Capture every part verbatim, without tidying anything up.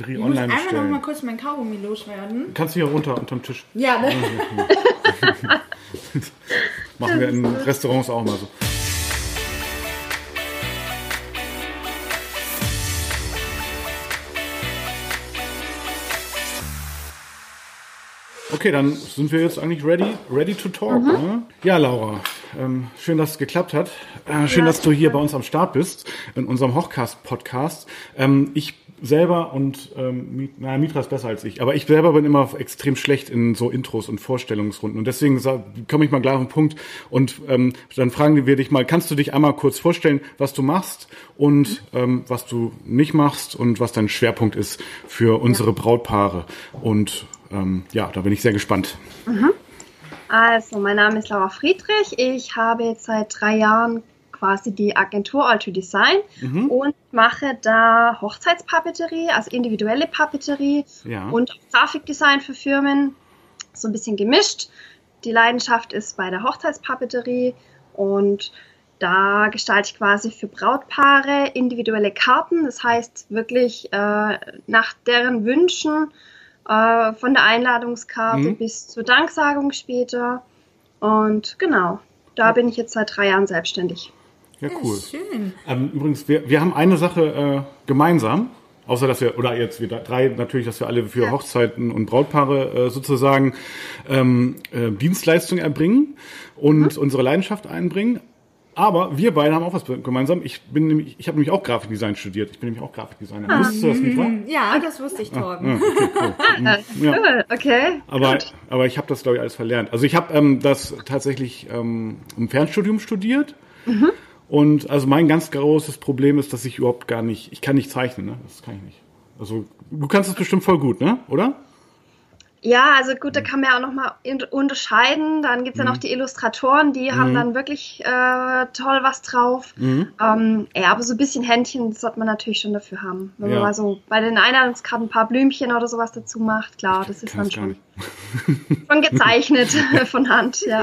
Papeterie online bestellen. Ich muss einmal noch mal kurz mein Kaugummi loswerden. Kannst du hier runter unterm Tisch? Ja, ne? Machen wir in Restaurants auch mal so. Okay, dann sind wir jetzt eigentlich ready, ready to talk. Mhm. Ne? Ja, Laura, ähm, schön, dass es geklappt hat. Äh, schön, ja, dass du hier bei uns am Start bist, in unserem Hochcast-Podcast. Ähm, ich selber und, ähm, naja, Mitra ist besser als ich, aber ich selber bin immer extrem schlecht in so Intros und Vorstellungsrunden. Und deswegen komme ich mal gleich auf den Punkt und ähm, dann fragen wir dich mal, kannst du dich einmal kurz vorstellen, was du machst und ähm, was du nicht machst und was dein Schwerpunkt ist für unsere Brautpaare? Und Ähm, ja, da bin ich sehr gespannt. Mhm. Also, mein Name ist Laura Friedrich. Ich habe jetzt seit drei Jahren quasi die Agentur All to Design mhm. und mache da Hochzeitspapeterie, also individuelle Papeterie ja. und Grafikdesign für Firmen. So ein bisschen gemischt. Die Leidenschaft ist bei der Hochzeitspapeterie und da gestalte ich quasi für Brautpaare individuelle Karten. Das heißt wirklich äh, nach deren Wünschen, von der Einladungskarte mhm. bis zur Danksagung später. Und genau, da ja. bin ich jetzt seit drei Jahren selbstständig. Ja, cool. Ja, schön. Ähm, übrigens, wir, wir haben eine Sache äh, gemeinsam, außer dass wir, oder jetzt wir drei natürlich, dass wir alle für ja. Hochzeiten und Brautpaare äh, sozusagen ähm, äh, Dienstleistungen erbringen und mhm. unsere Leidenschaft einbringen. Aber wir beide haben auch was gemeinsam. Ich bin nämlich, ich habe nämlich auch Grafikdesign studiert. Ich bin nämlich auch Grafikdesigner. Ah, Wusstest du das nicht, wahr? Ja, das wusste ich, Torben. Ah, okay, cool. Ja. Cool, okay. Aber, gut. aber ich habe das, glaube ich, alles verlernt. Also ich habe ähm, das tatsächlich ähm, im Fernstudium studiert. Mhm. Und also mein ganz großes Problem ist, dass ich überhaupt gar nicht, ich kann nicht zeichnen, ne? Das kann ich nicht. Also du kannst es bestimmt voll gut, ne? Oder? Ja, also gut, da kann man ja auch nochmal unterscheiden. Dann gibt's ja noch die Illustratoren, die mhm. haben dann wirklich äh, toll was drauf. Mhm. Ähm, ja, aber so ein bisschen Händchen sollte man natürlich schon dafür haben. Wenn ja. man mal so bei den Einladungskarten ein paar Blümchen oder sowas dazu macht, klar, das ist dann schon, schon gezeichnet von Hand, ja.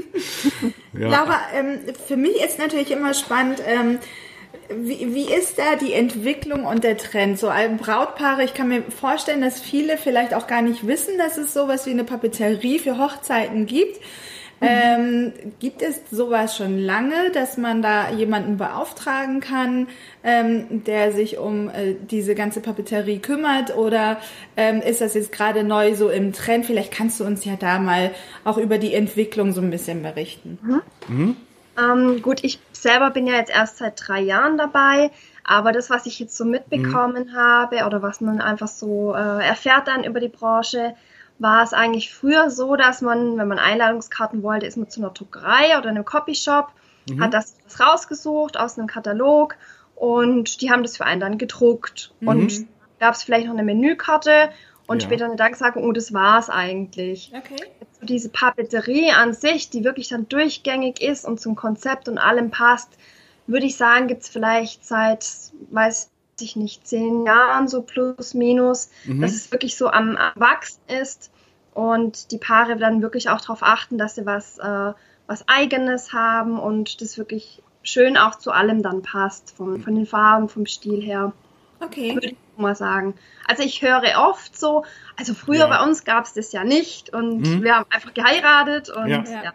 Ja. Laura, ähm, für mich ist natürlich immer spannend, ähm, Wie, wie ist da die Entwicklung und der Trend? So ein Brautpaare, ich kann mir vorstellen, dass viele vielleicht auch gar nicht wissen, dass es sowas wie eine Papeterie für Hochzeiten gibt. Mhm. Ähm, gibt es sowas schon lange, dass man da jemanden beauftragen kann, ähm, der sich um äh, diese ganze Papeterie kümmert? Oder ähm, ist das jetzt gerade neu so im Trend? Vielleicht kannst du uns ja da mal auch über die Entwicklung so ein bisschen berichten. Mhm. Mhm. Ähm, gut, ich selber bin ja jetzt erst seit drei Jahren dabei, aber das, was ich jetzt so mitbekommen mhm. habe oder was man einfach so äh, erfährt dann über die Branche, war es eigentlich früher so, dass man, wenn man Einladungskarten wollte, ist man zu einer Druckerei oder einem Copyshop, mhm. hat das rausgesucht aus einem Katalog und die haben das für einen dann gedruckt mhm. und gab es vielleicht noch eine Menükarte und ja. später eine Danksagung, oh, das war's eigentlich. Okay. So diese Papeterie an sich, die wirklich dann durchgängig ist und zum Konzept und allem passt, würde ich sagen, gibt's vielleicht seit, weiß ich nicht, zehn Jahren so plus minus, mhm. dass es wirklich so am, am Wachsen ist und die Paare dann wirklich auch darauf achten, dass sie was, äh, was Eigenes haben und das wirklich schön auch zu allem dann passt, vom, von den Farben, vom Stil her. Okay. Würde ich mal sagen. Also ich höre oft so, also früher ja. bei uns gab es das ja nicht und mhm. wir haben einfach geheiratet und ja. ja.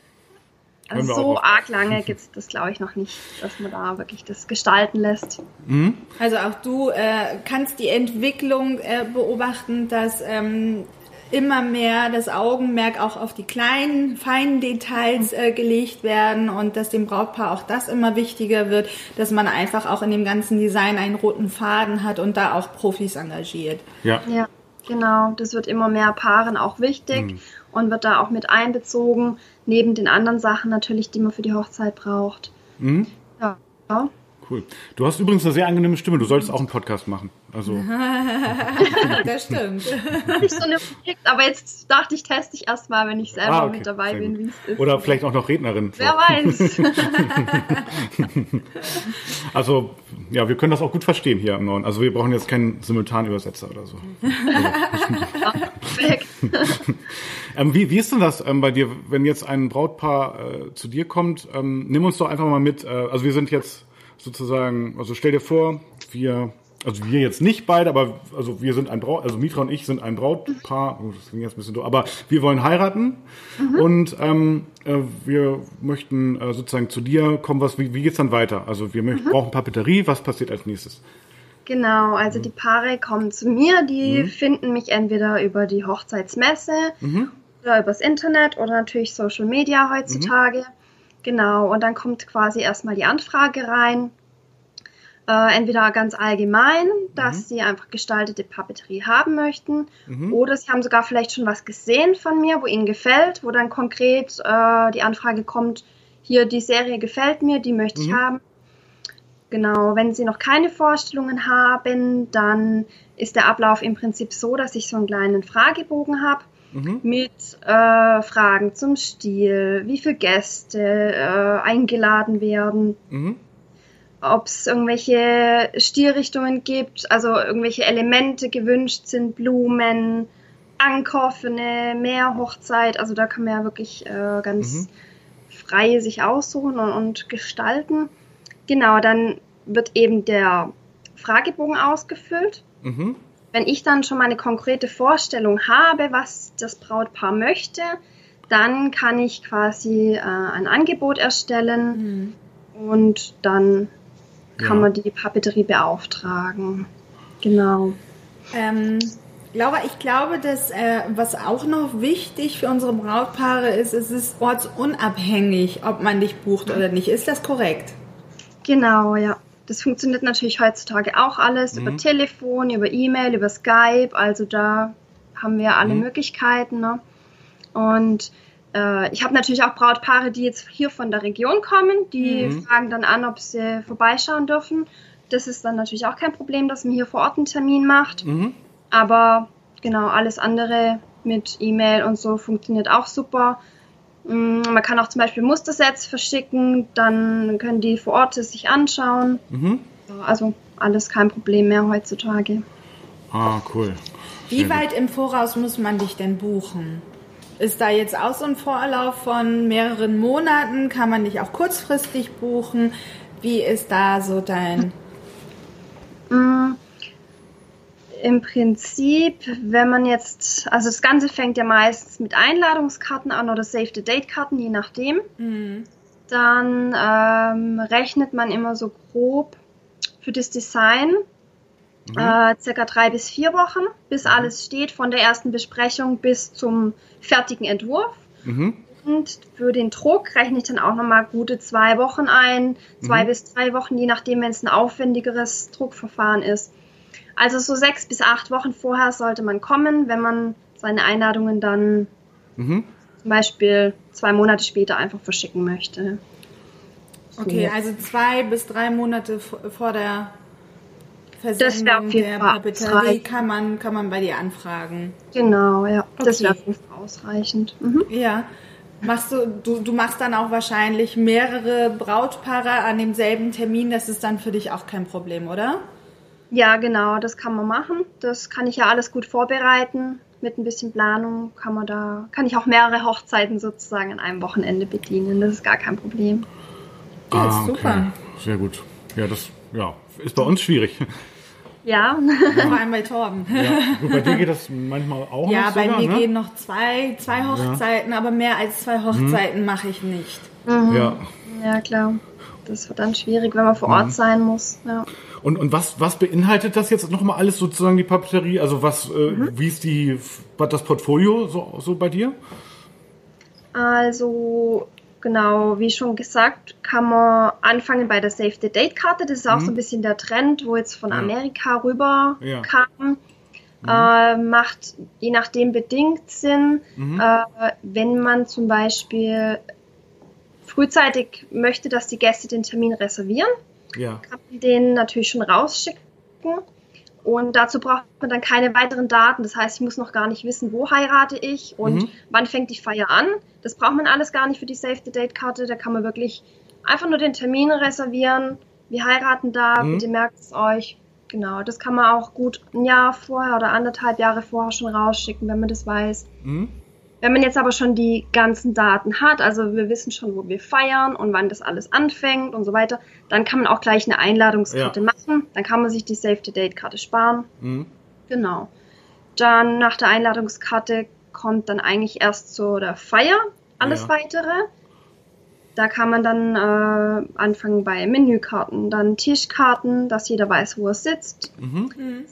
Also so arg lange gibt es das, glaube ich, noch nicht, dass man da wirklich das gestalten lässt. Mhm. Also auch du äh, kannst die Entwicklung äh, beobachten, dass ähm, immer mehr das Augenmerk auch auf die kleinen, feinen Details äh, gelegt werden und dass dem Brautpaar auch das immer wichtiger wird, dass man einfach auch in dem ganzen Design einen roten Faden hat und da auch Profis engagiert. Ja, ja genau. Das wird immer mehr Paaren auch wichtig mhm. und wird da auch mit einbezogen, neben den anderen Sachen natürlich, die man für die Hochzeit braucht. Mhm. Ja. ja. Cool. Du hast übrigens eine sehr angenehme Stimme. Du solltest auch einen Podcast machen. Also. Das stimmt. Nicht so eine Projekt, aber jetzt dachte ich, teste ich erst mal, wenn ich selber ah, okay. mit dabei sehr bin, wie es ist. Oder vielleicht auch noch Rednerin. Wer weiß. Also, ja, wir können das auch gut verstehen hier im Norden. Also wir brauchen jetzt keinen Simultanübersetzer oder so. ähm, wie, wie ist denn das ähm, bei dir, wenn jetzt ein Brautpaar äh, zu dir kommt? Ähm, nimm uns doch einfach mal mit. Äh, also wir sind jetzt sozusagen, also stell dir vor, wir also wir jetzt nicht beide, aber also wir sind ein Braut, also Mitra und ich sind ein Brautpaar, oh, das klingt jetzt ein bisschen doof, aber wir wollen heiraten mhm. und ähm, äh, wir möchten äh, sozusagen zu dir kommen, was, wie, wie geht's dann weiter? Also wir möchten, mhm. brauchen Papeterie, was passiert als nächstes? Genau, also mhm. die Paare kommen zu mir, die mhm. finden mich entweder über die Hochzeitsmesse mhm. oder übers Internet oder natürlich Social Media heutzutage. Mhm. Genau, und dann kommt quasi erstmal die Anfrage rein, äh, entweder ganz allgemein, dass mhm. sie einfach gestaltete Papeterie haben möchten mhm. oder sie haben sogar vielleicht schon was gesehen von mir, wo ihnen gefällt, wo dann konkret äh, die Anfrage kommt, hier die Serie gefällt mir, die möchte ich mhm. haben. Genau, wenn Sie noch keine Vorstellungen haben, dann ist der Ablauf im Prinzip so, dass ich so einen kleinen Fragebogen habe mhm. mit äh, Fragen zum Stil, wie viele Gäste äh, eingeladen werden, mhm. ob es irgendwelche Stilrichtungen gibt, also irgendwelche Elemente gewünscht sind, Blumen, Anker für eine Meerhochzeit, also da kann man ja wirklich äh, ganz mhm. frei sich aussuchen und, und gestalten. Genau, dann wird eben der Fragebogen ausgefüllt. Mhm. Wenn ich dann schon mal eine konkrete Vorstellung habe, was das Brautpaar möchte, dann kann ich quasi äh, ein Angebot erstellen mhm. und dann kann ja. man die Papeterie beauftragen. Genau. Ähm, Laura, ich glaube, dass äh, was auch noch wichtig für unsere Brautpaare ist, es ist ortsunabhängig, ob man dich bucht oder nicht. Ist das korrekt? Genau, ja. Das funktioniert natürlich heutzutage auch alles mhm. über Telefon, über E-Mail, über Skype. Also da haben wir alle mhm. Möglichkeiten. Ne? Und äh, ich habe natürlich auch Brautpaare, die jetzt hier von der Region kommen. Die mhm. fragen dann an, ob sie vorbeischauen dürfen. Das ist dann natürlich auch kein Problem, dass man hier vor Ort einen Termin macht. Mhm. Aber genau, alles andere mit E-Mail und so funktioniert auch super. Man kann auch zum Beispiel Mustersets verschicken, dann können die vor Ort es sich anschauen. Mhm. Also alles kein Problem mehr heutzutage. Ah, cool. Wie Sehr weit gut. Im Voraus muss man dich denn buchen? Ist da jetzt auch so ein Vorlauf von mehreren Monaten? Kann man dich auch kurzfristig buchen? Wie ist da so dein... Mm. Im Prinzip, wenn man jetzt, also das Ganze fängt ja meistens mit Einladungskarten an oder Save-the-Date-Karten, je nachdem. Mhm. Dann ähm, rechnet man immer so grob für das Design mhm. äh, circa drei bis vier Wochen, bis mhm. alles steht, von der ersten Besprechung bis zum fertigen Entwurf. Mhm. Und für den Druck rechne ich dann auch nochmal gute zwei Wochen ein, zwei mhm. bis drei Wochen, je nachdem, wenn es ein aufwendigeres Druckverfahren ist. Also so sechs bis acht Wochen vorher sollte man kommen, wenn man seine Einladungen dann mhm. zum Beispiel zwei Monate später einfach verschicken möchte. So. Okay, also zwei bis drei Monate vor der Versendung der Papeterie kann man, kann man bei dir anfragen. Genau, ja. Okay. Das wäre ausreichend. Mhm. Ja. Machst du, du, du machst dann auch wahrscheinlich mehrere Brautpaare an demselben Termin, das ist dann für dich auch kein Problem, oder? Ja, genau, das kann man machen. Das kann ich ja alles gut vorbereiten. Mit ein bisschen Planung kann man da, kann ich auch mehrere Hochzeiten sozusagen an einem Wochenende bedienen. Das ist gar kein Problem. Ja, ah, super. Okay. Sehr gut. Ja, das ja, ist bei uns schwierig. Ja. Vor allem bei Torben. Ja. Gut, bei dir geht das manchmal auch ja, noch sogar, bei mir ne? gehen noch zwei, zwei Hochzeiten, ja. aber mehr als zwei Hochzeiten mhm. mache ich nicht. Mhm. Ja. Ja, klar. Das wird dann schwierig, wenn man vor Ort mhm. sein muss. Ja. Und, und was, was beinhaltet das jetzt nochmal alles sozusagen, die Papeterie? Also was, äh, mhm. wie ist die, was das Portfolio so, so bei dir? Also, genau, wie schon gesagt, kann man anfangen bei der Save-the-Date-Karte. Das ist auch mhm. so ein bisschen der Trend, wo jetzt von ja. Amerika rüber ja. kam. Mhm. Äh, macht je nachdem bedingt Sinn, mhm. äh, wenn man zum Beispiel frühzeitig möchte, dass die Gäste den Termin reservieren. Ja. Kann man den natürlich schon rausschicken und dazu braucht man dann keine weiteren Daten. Das heißt, ich muss noch gar nicht wissen, wo heirate ich und mhm. wann fängt die Feier an. Das braucht man alles gar nicht für die Save-the-Date-Karte. Da kann man wirklich einfach nur den Termin reservieren. Wir heiraten da, mhm. bitte merkt es euch. Genau, das kann man auch gut ein Jahr vorher oder anderthalb Jahre vorher schon rausschicken, wenn man das weiß. Mhm. Wenn man jetzt aber schon die ganzen Daten hat, also wir wissen schon, wo wir feiern und wann das alles anfängt und so weiter, dann kann man auch gleich eine Einladungskarte ja. machen. Dann kann man sich die Save-the-Date-Karte sparen. Mhm. Genau. Dann nach der Einladungskarte kommt dann eigentlich erst so der Feier alles ja. Weitere. Da kann man dann äh, anfangen bei Menükarten, dann Tischkarten, dass jeder weiß, wo er sitzt. Mhm.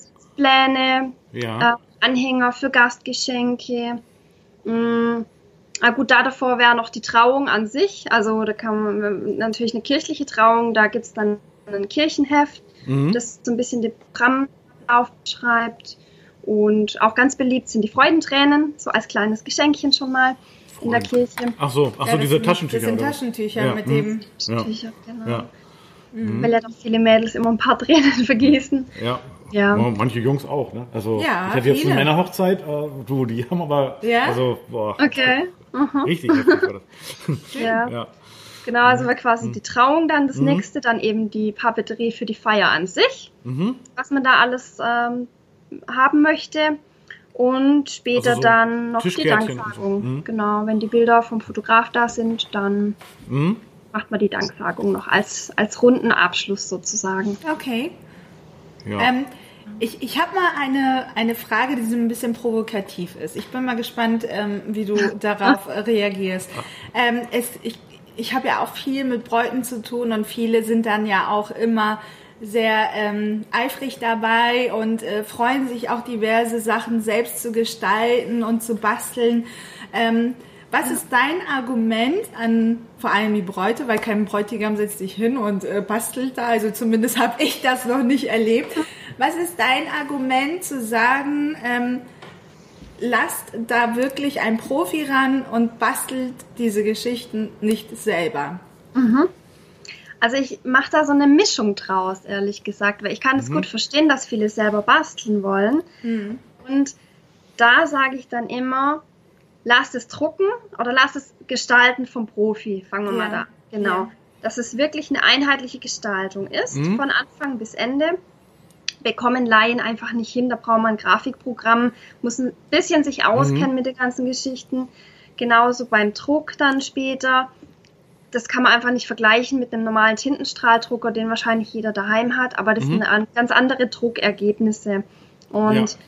Pläne, ja. äh, Anhänger für Gastgeschenke. Mm, ah gut, da davor wäre noch die Trauung an sich. Also da kann man natürlich eine kirchliche Trauung, da gibt es dann ein Kirchenheft, mhm. das so ein bisschen die Programm aufschreibt. Und auch ganz beliebt sind die Freudentränen, so als kleines Geschenkchen schon mal in der Kirche. Ach so, ach so ja, diese sind, Taschentücher. Das sind Taschentücher ja. mit dem... Taschentücher, ja. genau. Ja. Mhm. Weil ja doch viele Mädels immer ein paar Tränen vergießen. Ja. Ja. Ja, manche Jungs auch, ne? Also ja, ich hatte jetzt viele. Eine Männerhochzeit, äh, du, die haben aber ja? also boah, okay. uh-huh. richtig heftig war das. ja. ja. Genau, also war quasi mhm. die Trauung dann das mhm. nächste, dann eben die Papeterie für die Feier an sich, mhm. was man da alles ähm, haben möchte und später also so dann noch die Danksagung. So. Mhm. Genau, wenn die Bilder vom Fotograf da sind, dann mhm. macht man die Danksagung noch als, als runden Abschluss sozusagen. Okay. Ja. Ähm, ich ich habe mal eine, eine Frage, die so ein bisschen provokativ ist. Ich bin mal gespannt, ähm, wie du darauf reagierst. Ähm, es, ich ich habe ja auch viel mit Bräuten zu tun und viele sind dann ja auch immer sehr ähm, eifrig dabei und äh, freuen sich auch diverse Sachen selbst zu gestalten und zu basteln. Ähm, Was ist dein Argument an vor allem die Bräute, weil kein Bräutigam setzt sich hin und äh, bastelt da, also zumindest habe ich das noch nicht erlebt. Was ist dein Argument zu sagen, ähm, lasst da wirklich ein Profi ran und bastelt diese Geschichten nicht selber? Mhm. Also ich mache da so eine Mischung draus, ehrlich gesagt, weil ich kann es mhm. gut verstehen, dass viele selber basteln wollen. Mhm. Und da sage ich dann immer, lasst es drucken oder lasst es gestalten vom Profi. Fangen wir ja. mal da. Genau. Ja. Dass es wirklich eine einheitliche Gestaltung ist, mhm. von Anfang bis Ende. Bekommen Laien einfach nicht hin. Da braucht man ein Grafikprogramm, muss ein bisschen sich auskennen mhm. mit den ganzen Geschichten. Genauso beim Druck dann später. Das kann man einfach nicht vergleichen mit einem normalen Tintenstrahldrucker, den wahrscheinlich jeder daheim hat. Aber das mhm. sind ganz andere Druckergebnisse. Und ja.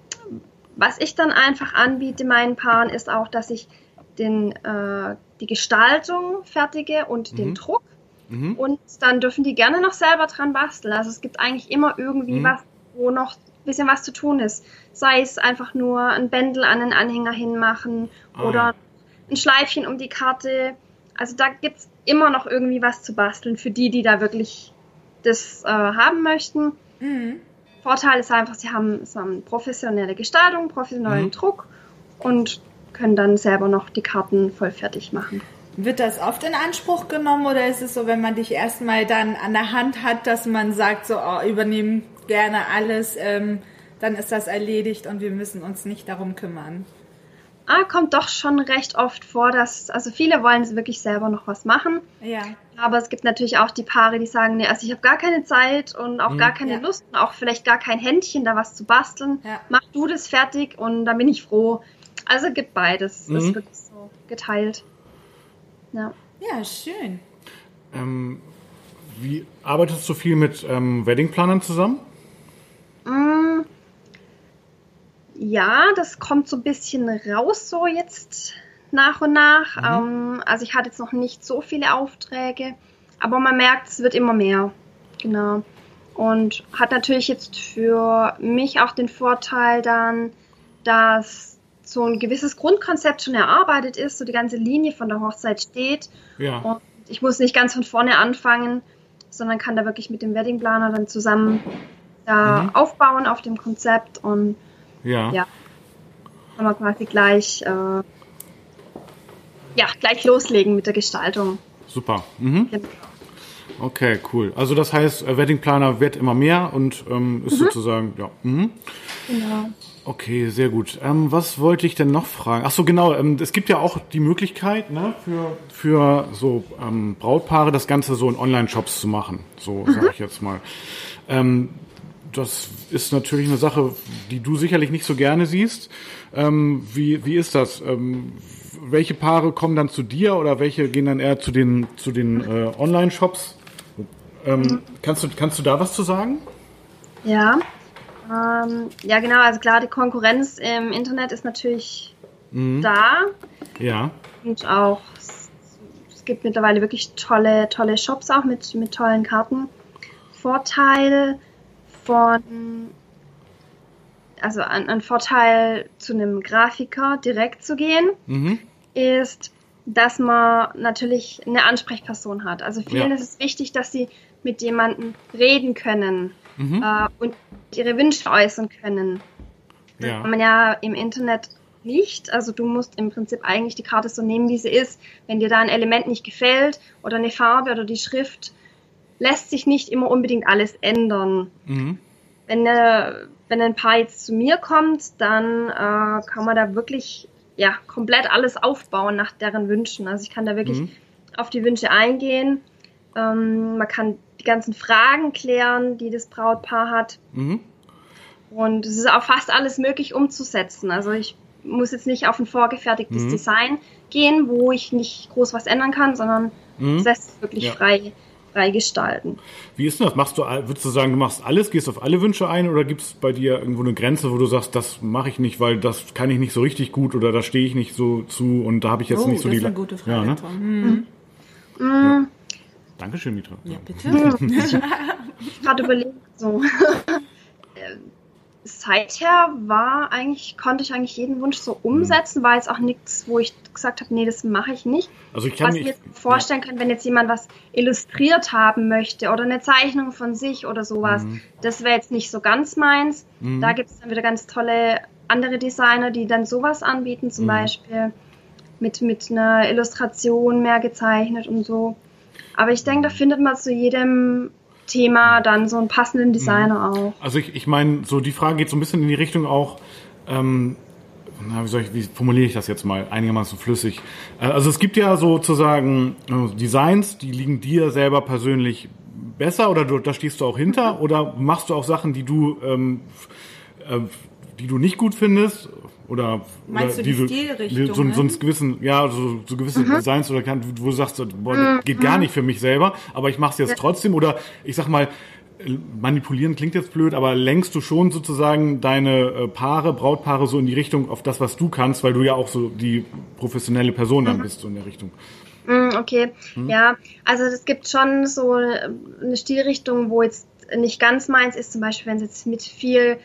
was ich dann einfach anbiete meinen Paaren ist auch, dass ich den, äh, die Gestaltung fertige und mhm. den Druck. Mhm. Und dann dürfen die gerne noch selber dran basteln. Also es gibt eigentlich immer irgendwie mhm. was, wo noch ein bisschen was zu tun ist. Sei es einfach nur ein Bändel an den Anhänger hinmachen ah. oder ein Schleifchen um die Karte. Also da gibt es immer noch irgendwie was zu basteln für die, die da wirklich das äh, haben möchten. Mhm. Vorteil ist einfach, sie haben, sie haben professionelle Gestaltung, professionellen mhm. Druck und können dann selber noch die Karten voll fertig machen. Wird das oft in Anspruch genommen oder ist es so, wenn man dich erstmal dann an der Hand hat, dass man sagt, so oh, übernehmen gerne alles, ähm, dann ist das erledigt und wir müssen uns nicht darum kümmern? Ah, kommt doch schon recht oft vor, dass, also viele wollen wirklich selber noch was machen. Ja. Aber es gibt natürlich auch die Paare, die sagen, nee, also ich habe gar keine Zeit und auch mhm. gar keine ja. Lust und auch vielleicht gar kein Händchen, da was zu basteln. Ja. Mach du das fertig und dann bin ich froh. Also gibt beides. Mhm. Das ist wirklich so geteilt. Ja, ja schön. Ähm, wie arbeitest du viel mit ähm, Weddingplanern zusammen? Mm. Ja, das kommt so ein bisschen raus so jetzt nach und nach. Mhm. Ähm, also ich hatte jetzt noch nicht so viele Aufträge, aber man merkt, es wird immer mehr. Genau. Und hat natürlich jetzt für mich auch den Vorteil dann, dass so ein gewisses Grundkonzept schon erarbeitet ist, so die ganze Linie von der Hochzeit steht. Ja. Und ich muss nicht ganz von vorne anfangen, sondern kann da wirklich mit dem Weddingplaner dann zusammen da mhm. aufbauen auf dem Konzept und Ja. ja, kann man quasi gleich, äh, ja, gleich loslegen mit der Gestaltung. Super. Mhm. Genau. Okay, cool. Also das heißt, Weddingplaner wird immer mehr und ähm, ist mhm. sozusagen, ja. Mhm. Genau. Okay, sehr gut. Ähm, was wollte ich denn noch fragen? Ach so, genau. Ähm, es gibt ja auch die Möglichkeit, ne, für für so ähm, Brautpaare das Ganze so in Online-Shops zu machen. So mhm. sage ich jetzt mal. Ähm, das ist natürlich eine Sache, die du sicherlich nicht so gerne siehst. Ähm, wie, wie ist das? Ähm, welche Paare kommen dann zu dir oder welche gehen dann eher zu den, zu den äh, Online-Shops? Ähm, mhm. kannst du, kannst du da was zu sagen? Ja, ähm, ja genau, also klar, die Konkurrenz im Internet ist natürlich mhm. da. Ja. Und auch, es, es gibt mittlerweile wirklich tolle, tolle Shops auch mit, mit tollen Karten. Vorteil von, also ein, ein Vorteil zu einem Grafiker direkt zu gehen, mhm. ist, dass man natürlich eine Ansprechperson hat. Also vielen ja. ist es wichtig, dass sie mit jemandem reden können mhm. äh, und ihre Wünsche äußern können. Das ja. kann man ja im Internet nicht. Also du musst im Prinzip eigentlich die Karte so nehmen, wie sie ist. Wenn dir da ein Element nicht gefällt oder eine Farbe oder die Schrift, lässt sich nicht immer unbedingt alles ändern. Mhm. Wenn, äh, wenn ein Paar jetzt zu mir kommt, dann äh, kann man da wirklich ja, komplett alles aufbauen nach deren Wünschen. Also ich kann da wirklich mhm. auf die Wünsche eingehen. Ähm, man kann die ganzen Fragen klären, die das Brautpaar hat. Mhm. Und es ist auch fast alles möglich umzusetzen. Also ich muss jetzt nicht auf ein vorgefertigtes mhm. Design gehen, wo ich nicht groß was ändern kann, sondern mhm. es lässt es wirklich ja. frei gestalten. Wie ist denn das? Machst du, würdest du sagen, du machst alles, gehst auf alle Wünsche ein oder gibt es bei dir irgendwo eine Grenze, wo du sagst, das mache ich nicht, weil das kann ich nicht so richtig gut oder da stehe ich nicht so zu und da habe ich jetzt oh, nicht so das die... Das ist eine gute Frage, ja, ne? mhm. ja. Dankeschön, Mitra. Ja, bitte. Ich gerade überlegt, so... Seither war eigentlich, konnte ich eigentlich jeden Wunsch so umsetzen, war jetzt auch nichts, wo ich gesagt habe, nee, das mache ich nicht. Also ich kann was ich mir jetzt vorstellen ja. kann, wenn jetzt jemand was illustriert haben möchte oder eine Zeichnung von sich oder sowas, mhm. das wäre jetzt nicht so ganz meins. Mhm. Da gibt es dann wieder ganz tolle andere Designer, die dann sowas anbieten, zum mhm. Beispiel mit, mit einer Illustration mehr gezeichnet und so. Aber ich denke, da findet man zu jedem Thema dann so einen passenden Designer auch. Also ich, ich meine, so die Frage geht so ein bisschen in die Richtung auch, ähm, na, wie soll ich, wie formuliere ich das jetzt mal einigermaßen flüssig? Äh, also es gibt ja sozusagen äh, Designs, die liegen dir selber persönlich besser oder du, da stehst du auch hinter mhm. oder machst du auch Sachen, die du, ähm, äh, die du nicht gut findest? Oder, Meinst oder du die diese, Stilrichtung? So, so, so gewissen, ja, so, so gewisse mhm. Designs oder kann, wo du sagst, boah, das geht gar nicht für mich selber, aber ich mache es jetzt trotzdem. Oder ich sag mal, manipulieren klingt jetzt blöd, aber lenkst du schon sozusagen deine Paare, Brautpaare so in die Richtung auf das, was du kannst, weil du ja auch so die professionelle Person dann mhm. bist, so in der Richtung. Okay, hm? ja, also es gibt schon so eine Stilrichtung, wo jetzt nicht ganz meins ist, zum Beispiel wenn es jetzt mit viel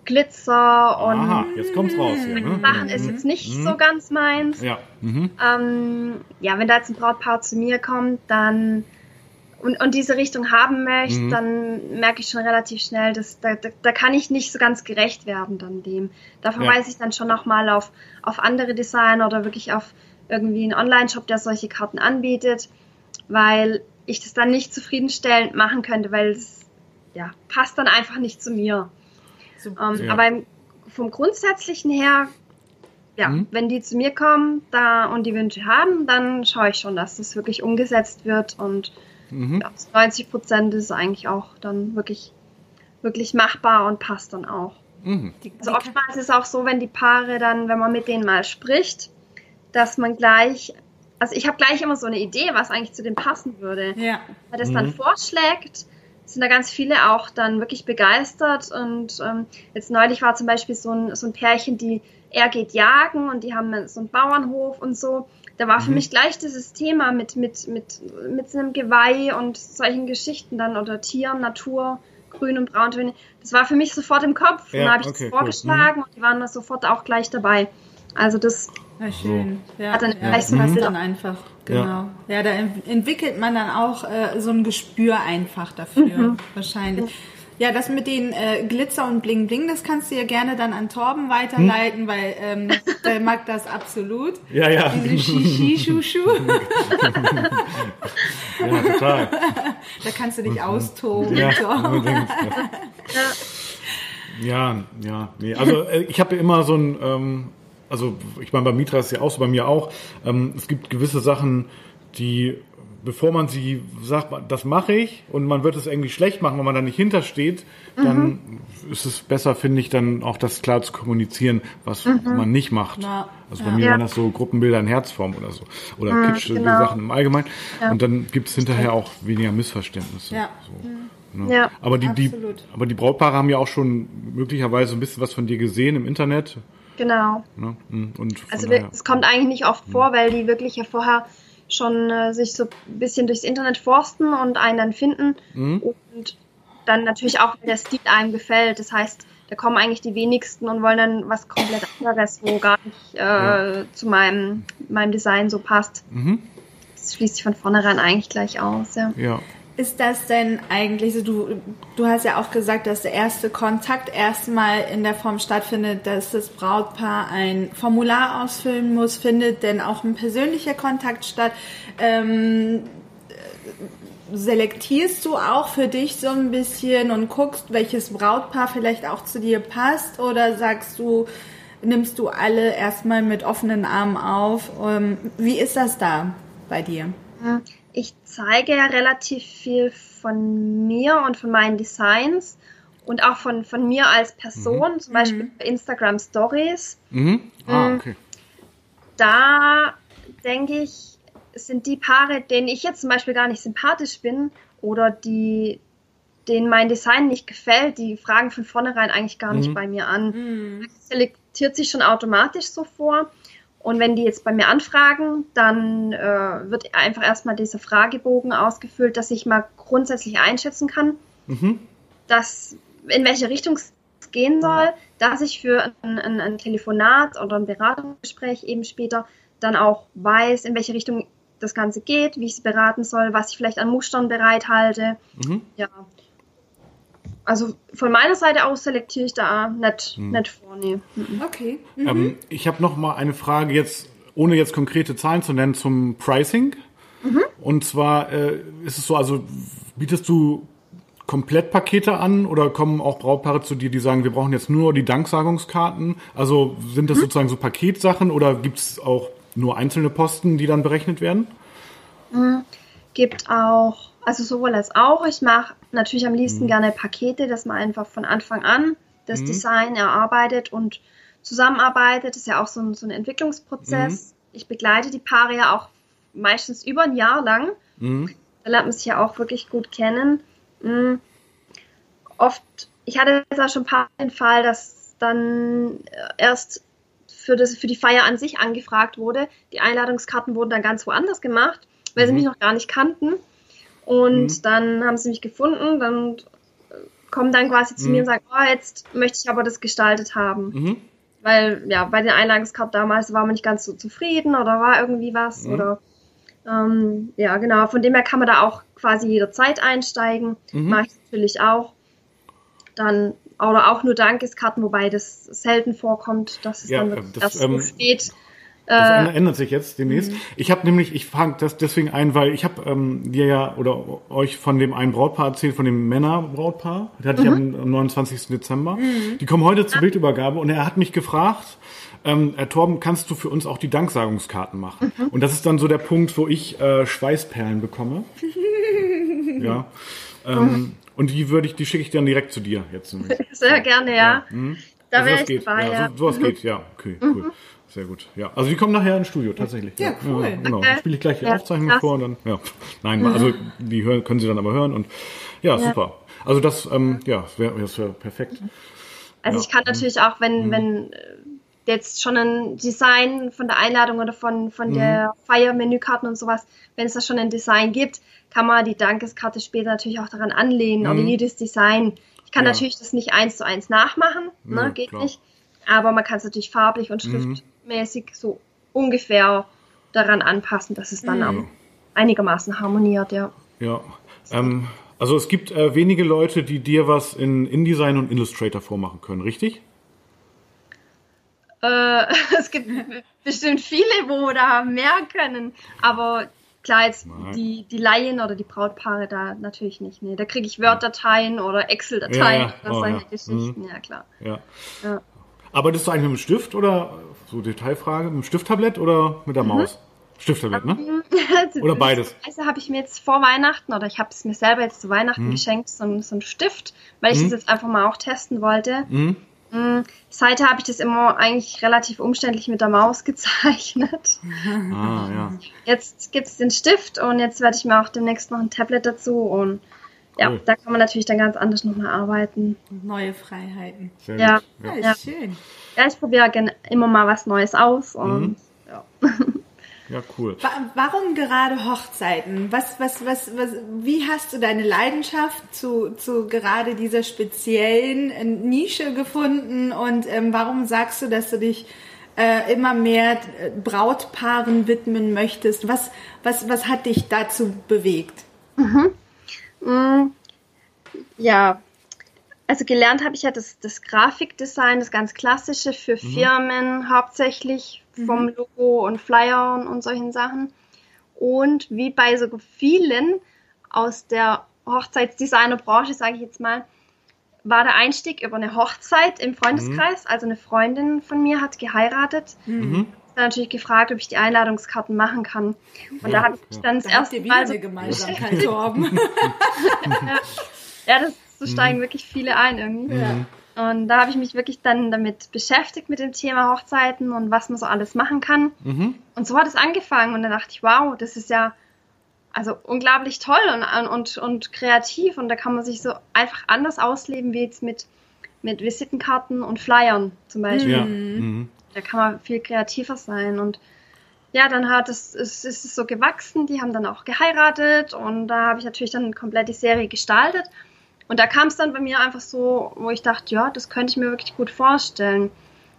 Glitzer und Aha, jetzt kommt's raus hier, ne? Machen ist jetzt nicht mhm. so ganz meins. Ja. Mhm. Ähm, ja, wenn da jetzt ein Brautpaar zu mir kommt, dann und, und diese Richtung haben möchte, mhm. dann merke ich schon relativ schnell, dass da, da, da kann ich nicht so ganz gerecht werden dann dem. Da verweise ja. ich dann schon nochmal auf, auf andere Designer oder wirklich auf irgendwie einen Online-Shop, der solche Karten anbietet, weil ich das dann nicht zufriedenstellend machen könnte, weil es ja, passt dann einfach nicht zu mir. Um, ja. Aber im, vom Grundsätzlichen her, ja, mhm. wenn die zu mir kommen da und die Wünsche haben, dann schaue ich schon, dass das wirklich umgesetzt wird und mhm. ja, neunzig Prozent ist eigentlich auch dann wirklich, wirklich machbar und passt dann auch. Mhm. Also oftmals ist es auch so, wenn die Paare dann, wenn man mit denen mal spricht, dass man gleich, also ich habe gleich immer so eine Idee, was eigentlich zu dem passen würde. Ja. Weil das mhm. dann vorschlägt, sind da ganz viele auch dann wirklich begeistert und ähm, jetzt neulich war zum Beispiel so ein, so ein Pärchen, die er geht jagen und die haben so einen Bauernhof und so. Da war für mhm. mich gleich dieses Thema mit, mit, mit, mit so einem Geweih und solchen Geschichten dann oder Tieren, Natur, Grün und Brauntöne. Das war für mich sofort im Kopf ja, und da habe ich okay, das vorgeschlagen cool. mhm. und die waren da sofort auch gleich dabei. Also das ja, schön. Ja, hat dann ja, gleich so was mhm. dann einfach. Genau. Ja, ja da entwickelt man dann auch äh, so ein Gespür einfach dafür, mhm. wahrscheinlich. Ja, das mit den äh, Glitzer und Bling Bling, das kannst du ja gerne dann an Torben weiterleiten, hm? weil ähm, der mag das absolut. Ja, ja. Diese Shishi-Shushu. Ja, total. Da kannst du dich austoben. Ja, unbedingt. Ja, ja, nee. Also äh, ich habe ja immer so ein, ähm, also ich meine, bei Mitra ist es ja auch so, bei mir auch, ähm, es gibt gewisse Sachen, die bevor man sie sagt, das mache ich und man wird es irgendwie schlecht machen, wenn man da nicht hintersteht, dann mhm. ist es besser, finde ich, dann auch das klar zu kommunizieren, was mhm. man nicht macht. Ja. Also bei ja. mir ja. waren das so Gruppenbilder in Herzform oder so. Oder mhm, Kitsch, genau. Sachen im Allgemeinen. Ja. Und dann gibt es hinterher auch weniger Missverständnisse. Ja. So. Mhm. Ne? Ja, aber die, die, aber die Brautpaare haben ja auch schon möglicherweise ein bisschen was von dir gesehen im Internet. Genau. Ne? Und also daher, es kommt eigentlich nicht oft vor, weil die wirklich ja vorher schon äh, sich so ein bisschen durchs Internet forsten und einen dann finden mhm. und dann natürlich auch, wenn der Stil einem gefällt. Das heißt, da kommen eigentlich die wenigsten und wollen dann was komplett anderes, wo gar nicht äh, ja. zu meinem, meinem Design so passt. Mhm. Das schließt sich von vornherein eigentlich gleich aus. Ja. ja. Ist das denn eigentlich so, du, du hast ja auch gesagt, dass der erste Kontakt erstmal in der Form stattfindet, dass das Brautpaar ein Formular ausfüllen muss, findet denn auch ein persönlicher Kontakt statt? Ähm, selektierst du auch für dich so ein bisschen und guckst, welches Brautpaar vielleicht auch zu dir passt, oder sagst du, nimmst du alle erstmal mit offenen Armen auf? Ähm, wie ist das da bei dir? Ja. Ich zeige ja relativ viel von mir und von meinen Designs und auch von, von mir als Person, mhm. zum Beispiel mhm. Instagram Stories. Mhm. Ah, okay. Da denke ich, sind die Paare, denen ich jetzt zum Beispiel gar nicht sympathisch bin oder die, denen mein Design nicht gefällt, die fragen von vornherein eigentlich gar nicht mhm. bei mir an. Mhm. Das selektiert sich schon automatisch so vor. Und wenn die jetzt bei mir anfragen, dann äh, wird einfach erstmal dieser Fragebogen ausgefüllt, dass ich mal grundsätzlich einschätzen kann, mhm. dass, in welche Richtung es gehen soll, dass ich für ein, ein, ein Telefonat oder ein Beratungsgespräch eben später dann auch weiß, in welche Richtung das Ganze geht, wie ich sie beraten soll, was ich vielleicht an Mustern bereithalte. Mhm. Ja. Also von meiner Seite aus selektiere ich da nicht, hm. nicht vorne. Okay. Mhm. Ähm, ich habe noch mal eine Frage jetzt, ohne jetzt konkrete Zahlen zu nennen, zum Pricing. Mhm. Und zwar äh, ist es so, also bietest du Komplettpakete an oder kommen auch Brautpaare zu dir, die sagen, wir brauchen jetzt nur die Danksagungskarten? Also sind das mhm. sozusagen so Paketsachen oder gibt es auch nur einzelne Posten, die dann berechnet werden? Mhm. Gibt auch, also sowohl als auch. Ich mache natürlich am liebsten mhm. gerne Pakete, dass man einfach von Anfang an das mhm. Design erarbeitet und zusammenarbeitet. Das ist ja auch so ein, so ein Entwicklungsprozess. Mhm. Ich begleite die Paare ja auch meistens über ein Jahr lang. Mhm. Da lernt man sich ja auch wirklich gut kennen. Mhm. Oft, ich hatte jetzt auch schon ein paar den Fall, dass dann erst für, das, für die Feier an sich angefragt wurde. Die Einladungskarten wurden dann ganz woanders gemacht, weil mhm. sie mich noch gar nicht kannten. Und mhm. dann haben sie mich gefunden, dann kommen dann quasi zu mhm. mir und sagen, oh, jetzt möchte ich aber das gestaltet haben. Mhm. Weil, ja, bei den Einladungskarten damals war man nicht ganz so zufrieden oder war irgendwie was mhm. oder, ähm, ja, genau. Von dem her kann man da auch quasi jederzeit einsteigen. Mhm. Mache ich natürlich auch. Dann, oder auch nur Dankeskarten, wobei das selten vorkommt, dass es ja, dann das, erst ähm, so spät. Das ändert sich jetzt demnächst. Mhm. Ich habe nämlich, ich fange das deswegen ein, weil ich habe ähm, dir ja oder euch von dem einen Brautpaar erzählt, von dem Männerbrautpaar. Das hatte mhm. ich am, am neunundzwanzigsten Dezember. Mhm. Die kommen heute zur Bildübergabe und er hat mich gefragt, ähm, Herr Torben, kannst du für uns auch die Danksagungskarten machen? Mhm. Und das ist dann so der Punkt, wo ich äh, Schweißperlen bekomme. ja. Ähm, mhm. Und die würde ich, die schicke ich dann direkt zu dir jetzt. Sehr gerne, ja. ja. Mhm. Da also wäre ich geht. dabei, ja. ja. So, sowas mhm. geht, ja. Okay, cool. Mhm. Sehr gut, ja. Also die kommen nachher ins Studio, tatsächlich. Ja, ja cool. Ja, genau. Okay. Dann spiele ich gleich die ja, Aufzeichnung krass. vor und dann, ja. Nein, mhm. also die hören, können sie dann aber hören und ja, ja. super. Also das, ähm, ja, das wäre wär perfekt. Also ja. ich kann natürlich auch, wenn, mhm. wenn jetzt schon ein Design von der Einladung oder von, von mhm. der Feier, Menükarten und sowas, wenn es da schon ein Design gibt, kann man die Dankeskarte später natürlich auch daran anlehnen mhm. oder jedes Design. Ich kann ja. natürlich das nicht eins zu eins nachmachen, ne, ja, geht klar. nicht. Aber man kann es natürlich farblich und schriftmäßig so ungefähr daran anpassen, dass es dann mhm. auch einigermaßen harmoniert, ja. Ja, ähm, also es gibt äh, wenige Leute, die dir was in InDesign und Illustrator vormachen können, richtig? Äh, es gibt bestimmt viele, wo da mehr können, aber klar, jetzt die, die Laien oder die Brautpaare da natürlich nicht. Nee, da kriege ich Word-Dateien oder Excel-Dateien ja, ja. oder oh, solche ja. Geschichten, mhm. ja klar. Ja. ja. Arbeitest du eigentlich mit dem Stift oder, so Detailfrage, mit dem Stifttablett oder mit der mhm. Maus? Stifttablett, ne? Oder beides? Also habe ich mir jetzt vor Weihnachten, oder ich habe es mir selber jetzt zu Weihnachten mhm. geschenkt, so, ein, so ein Stift, weil ich mhm. das jetzt einfach mal auch testen wollte. Mhm. Seither habe ich das immer eigentlich relativ umständlich mit der Maus gezeichnet. Ah, ja. Jetzt gibt es den Stift und jetzt werde ich mir auch demnächst noch ein Tablet dazu und ja, cool. Da kann man natürlich dann ganz anders nochmal arbeiten. Neue Freiheiten. Sehr ja, ja. ja, ist schön. Ja, ich probiere immer mal was Neues aus und mhm. ja. Ja, cool. Warum gerade Hochzeiten? Was, was, was, was, wie hast du deine Leidenschaft zu, zu gerade dieser speziellen Nische gefunden und ähm, warum sagst du, dass du dich äh, immer mehr Brautpaaren widmen möchtest? Was, was, was hat dich dazu bewegt? Mhm. Mhm. Ja, also gelernt habe ich ja das, das Grafikdesign, das ganz klassische für mhm. Firmen hauptsächlich, vom Logo und Flyern und solchen Sachen. Und wie bei so vielen aus der Hochzeitsdesignerbranche, sage ich jetzt mal, war der Einstieg über eine Hochzeit im Freundeskreis. Mhm. Also eine Freundin von mir hat geheiratet. Mhm. Dann natürlich gefragt, ob ich die Einladungskarten machen kann. Und ja, da habe ich dann das da erste Mal so eine Gemeinsamkeit, Torben. ja, ja, das so steigen mhm. wirklich viele ein irgendwie. Ja. Und da habe ich mich wirklich dann damit beschäftigt mit dem Thema Hochzeiten und was man so alles machen kann. Mhm. Und so hat es angefangen. Und dann dachte ich, wow, das ist ja also unglaublich toll und, und, und kreativ. Und da kann man sich so einfach anders ausleben, wie jetzt mit, mit Visitenkarten und Flyern zum Beispiel. Ja. Mhm. Da kann man viel kreativer sein. Und ja, dann hat es, es, es ist so gewachsen. Die haben dann auch geheiratet. Und da habe ich natürlich dann komplett die Serie gestaltet. Und da kam es dann bei mir einfach so, wo ich dachte, ja, das könnte ich mir wirklich gut vorstellen.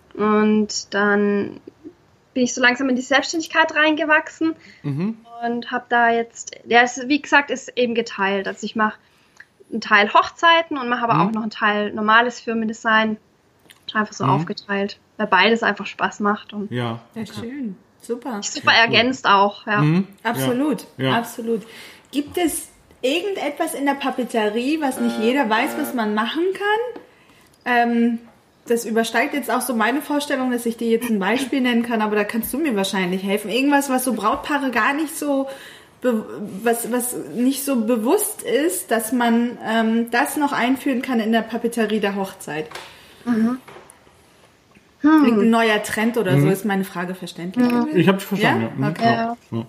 Und dann bin ich so langsam in die Selbstständigkeit reingewachsen mhm. und habe da jetzt, ja, es, wie gesagt, ist eben geteilt. Also ich mache einen Teil Hochzeiten und mache aber mhm. auch noch einen Teil normales Firmendesign. Einfach so mhm. aufgeteilt, weil beides einfach Spaß macht. Und ja. ja, schön. Super. Super ja, ergänzt cool. auch, ja. Mhm. Absolut, ja. absolut. Gibt es irgendetwas in der Papeterie, was nicht jeder weiß, was man machen kann? Ähm, das übersteigt jetzt auch so meine Vorstellung, dass ich dir jetzt ein Beispiel nennen kann, aber da kannst du mir wahrscheinlich helfen. Irgendwas, was so Brautpaare gar nicht so, be- was, was nicht so bewusst ist, dass man ähm, das noch einführen kann in der Papeterie der Hochzeit. Mhm. Hm. Ein neuer Trend oder mhm. so, ist meine Frage verständlich. Mhm. Ich habe dich verstanden, ja. ja? Okay. Ja. Ja.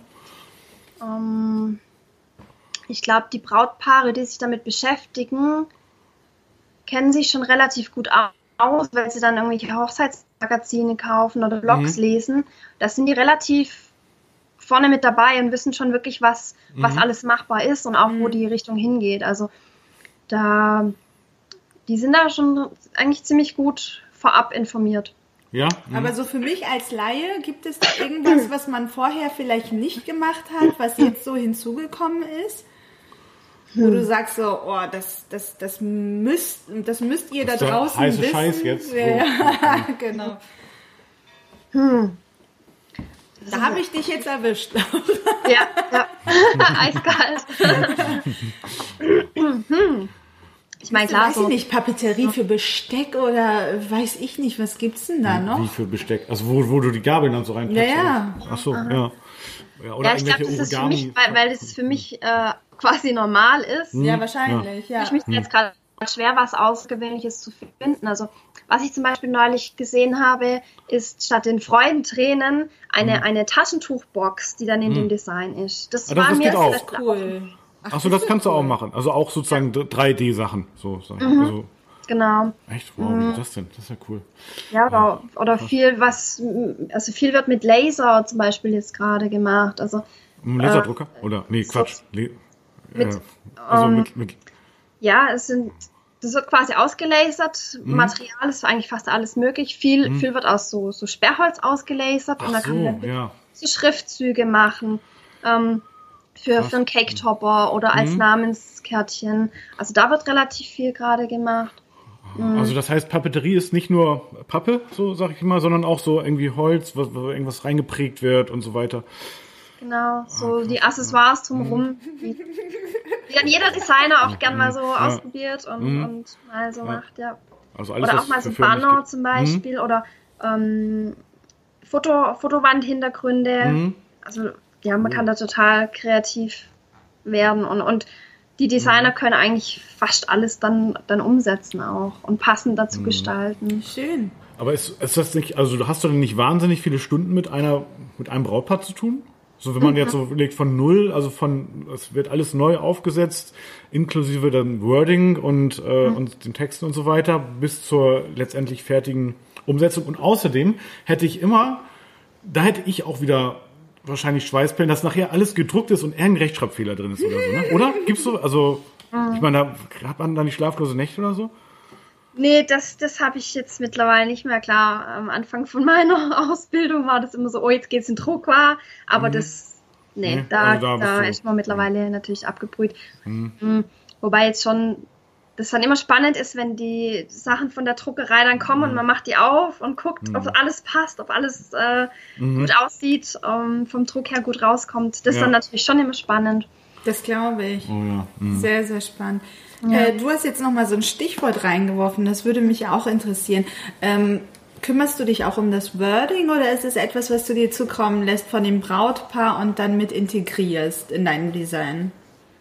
Um Ich glaube, die Brautpaare, die sich damit beschäftigen, kennen sich schon relativ gut aus, weil sie dann irgendwelche Hochzeitsmagazine kaufen oder Blogs mhm. lesen. Da sind die relativ vorne mit dabei und wissen schon wirklich, was, mhm. was alles machbar ist und auch, mhm. wo die Richtung hingeht. Also da, die sind da schon eigentlich ziemlich gut vorab informiert. Ja. Aber so für mich als Laie, gibt es da irgendwas, was man vorher vielleicht nicht gemacht hat, was jetzt so hinzugekommen ist? Wo hm. du sagst so, oh, das, das, das müsst, das müsst ihr das da draußen heiße wissen. Scheiß jetzt. Ja, ja. genau. Hm. Da habe ich dich jetzt erwischt. Ja, ja. Eiskalt. hm. Ich meine, klar, weiß so. ich nicht, Papeterie für Besteck oder weiß ich nicht, was gibt's denn da noch? Wie für Besteck? Also wo, wo du die Gabeln dann so reinpackst? Ja, ja. Ach so, ja. Ja, oder ja, ich glaube, das ist für mich, weil, weil das für mich äh, quasi normal ist. Hm. Ja, wahrscheinlich, ja. Ich mich hm. jetzt gerade schwer, was Außergewöhnliches zu finden. Also, was ich zum Beispiel neulich gesehen habe, ist statt den Freudentränen eine, hm. eine Taschentuchbox, die dann in hm. dem Design ist. Das, ah, war das mir auch. Das cool. Ach, Ach so, das kannst cool. du auch machen. Also auch sozusagen ja. drei D-Sachen. So, so. Mhm. Also, genau. Echt? Wow, mhm. wie ist das denn? Das ist ja cool. Ja, oder, ja. oder viel, was, also viel wird mit Laser zum Beispiel jetzt gerade gemacht. Also, Ein Laserdrucker? Äh, Oder? Nee, Quatsch. So, Le- mit, äh, also um, mit, mit. Ja, es sind, das wird quasi ausgelasert. Mhm. Material ist eigentlich fast alles möglich. Viel, mhm. viel wird aus so, so Sperrholz ausgelasert. Ach und da so, kann man ja. so Schriftzüge machen. Ähm, Für, für einen Cake-Topper oder als mhm. Namenskärtchen. Also da wird relativ viel gerade gemacht. Also das heißt, Papeterie ist nicht nur Pappe, so sag ich mal, sondern auch so irgendwie Holz, wo, wo irgendwas reingeprägt wird und so weiter. Genau, so ah, die Accessoires drumherum, die, die dann jeder Designer auch gern mal so ja. ausprobiert und, mhm. und mal so ja. macht, ja. Also alles, oder auch mal so Banner zum Beispiel mhm. oder ähm, Foto, Fotowandhintergründe. Mhm. also ja, man kann da total kreativ werden und, und die Designer können eigentlich fast alles dann, dann umsetzen auch und passend dazu mhm. gestalten. Schön. Aber ist, ist das nicht, also hast du denn nicht wahnsinnig viele Stunden mit einer, mit einem Brautpaar zu tun? So, wenn man jetzt so legt von null, also von, es wird alles neu aufgesetzt, inklusive dann Wording und, äh, mhm. und den Texten und so weiter, bis zur letztendlich fertigen Umsetzung. Und außerdem hätte ich immer, da hätte ich auch wieder wahrscheinlich Schweißperlen, dass nachher alles gedruckt ist und irgendein Rechtschreibfehler drin ist oder so, ne? Oder? Gibt's so, also, mhm. ich meine, da hat man da nicht schlaflose Nächte oder so? Nee, das, das habe ich jetzt mittlerweile nicht mehr. Klar, am Anfang von meiner Ausbildung war das immer so, oh, jetzt geht's in Druck, war, aber mhm. das, nee, nee da, also da, da ist man mittlerweile ja. natürlich abgebrüht. Mhm. Mhm. Wobei jetzt schon, das dann immer spannend ist, wenn die Sachen von der Druckerei dann kommen mhm. und man macht die auf und guckt, mhm. ob alles passt, ob alles äh, mhm. gut aussieht, um, vom Druck her gut rauskommt. Das ja. ist dann natürlich schon immer spannend. Das glaube ich. Oh ja. Mhm. Sehr, sehr spannend. Ja. Äh, du hast jetzt nochmal so ein Stichwort reingeworfen, das würde mich auch interessieren. Ähm, kümmerst du dich auch um das Wording oder ist es etwas, was du dir zukommen lässt von dem Brautpaar und dann mit integrierst in deinem Design?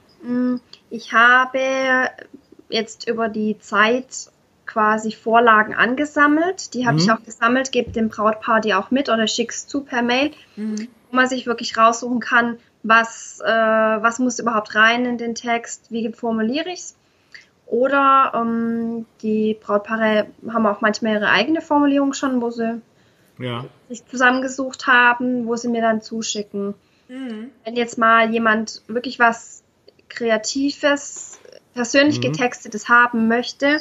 Ich habe jetzt über die Zeit quasi Vorlagen angesammelt. Die habe mhm. ich auch gesammelt, gebe dem Brautpaar die auch mit oder schick's zu per Mail, mhm. wo man sich wirklich raussuchen kann, was, äh, was muss überhaupt rein in den Text, wie formuliere ich's. Oder ähm, die Brautpaare haben auch manchmal ihre eigene Formulierung schon, wo sie ja. sich zusammengesucht haben, wo sie mir dann zuschicken. Mhm. Wenn jetzt mal jemand wirklich was Kreatives, persönlich mhm. getextetes haben möchte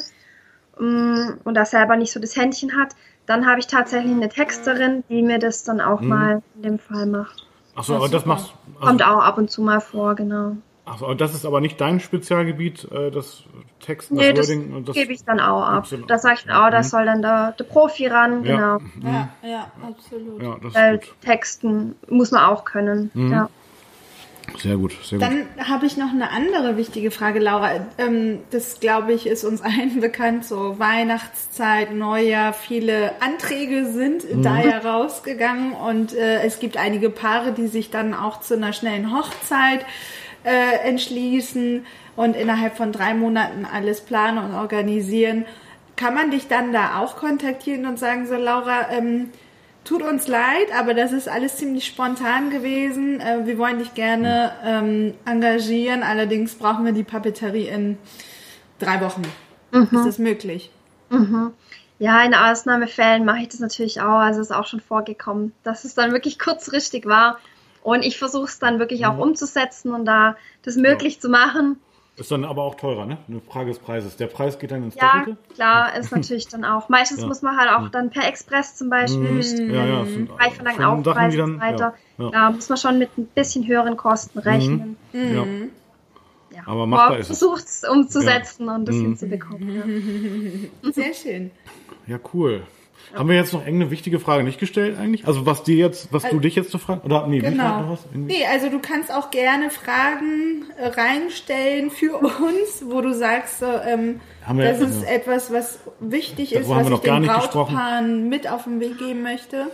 um, und da selber nicht so das Händchen hat, dann habe ich tatsächlich eine Texterin, die mir das dann auch mhm. mal in dem Fall macht. Achso, aber das machst also, kommt auch ab und zu mal vor, genau. Achso, aber das ist aber nicht dein Spezialgebiet, äh, das Texten, nee, das Wording? Das, das gebe ich dann auch ab. Da sage ich dann auch, da soll dann der, der Profi ran, ja. genau. Mhm. Ja, ja, absolut. Ja, das Weil ist gut. Texten muss man auch können, mhm. ja. Sehr gut, sehr gut. Dann habe ich noch eine andere wichtige Frage, Laura. Ähm, das, glaube ich, ist uns allen bekannt, so Weihnachtszeit, Neujahr, viele Anträge sind mhm. da ja rausgegangen und äh, es gibt einige Paare, die sich dann auch zu einer schnellen Hochzeit äh, entschließen und innerhalb von drei Monaten alles planen und organisieren. Kann man dich dann da auch kontaktieren und sagen, so Laura, ähm, tut uns leid, aber das ist alles ziemlich spontan gewesen. Äh, wir wollen dich gerne ähm, engagieren, allerdings brauchen wir die Papeterie in drei Wochen. Mhm. Ist das möglich? Mhm. Ja, in Ausnahmefällen mache ich das natürlich auch. Also es ist auch schon vorgekommen, dass es dann wirklich kurzfristig war. Und ich versuche es dann wirklich auch umzusetzen und da das möglich ja. zu machen. Ist dann aber auch teurer, ne? Eine Frage des Preises. Der Preis geht dann ins ja, Doppelte? Ja, klar, ist natürlich dann auch. Meistens ja. muss man halt auch dann per Express zum Beispiel mhm. ja, ja, drei verlangen Aufpreis und so weiter. Ja, ja. Da muss man schon mit ein bisschen höheren Kosten rechnen. Mhm. Ja. Ja. Aber machbar ist es. Versucht es umzusetzen ja. und das mhm. hinzubekommen. Ja. Sehr schön. Ja, cool. Ja. Haben wir jetzt noch irgendeine wichtige Frage nicht gestellt eigentlich? Also was dir jetzt, was also, du dich jetzt zu fragen? Oder nee, genau. noch was? Nee, also du kannst auch gerne Fragen äh, reinstellen für uns, wo du sagst, so, ähm, wir, das ist ja. etwas, was wichtig ist, was ich den Brautpaaren mit auf den Weg geben möchte.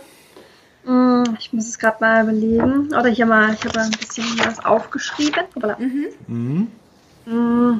Ich muss es gerade mal überlegen. Oder hier mal, ich habe ein bisschen was aufgeschrieben. Mhm. Mhm.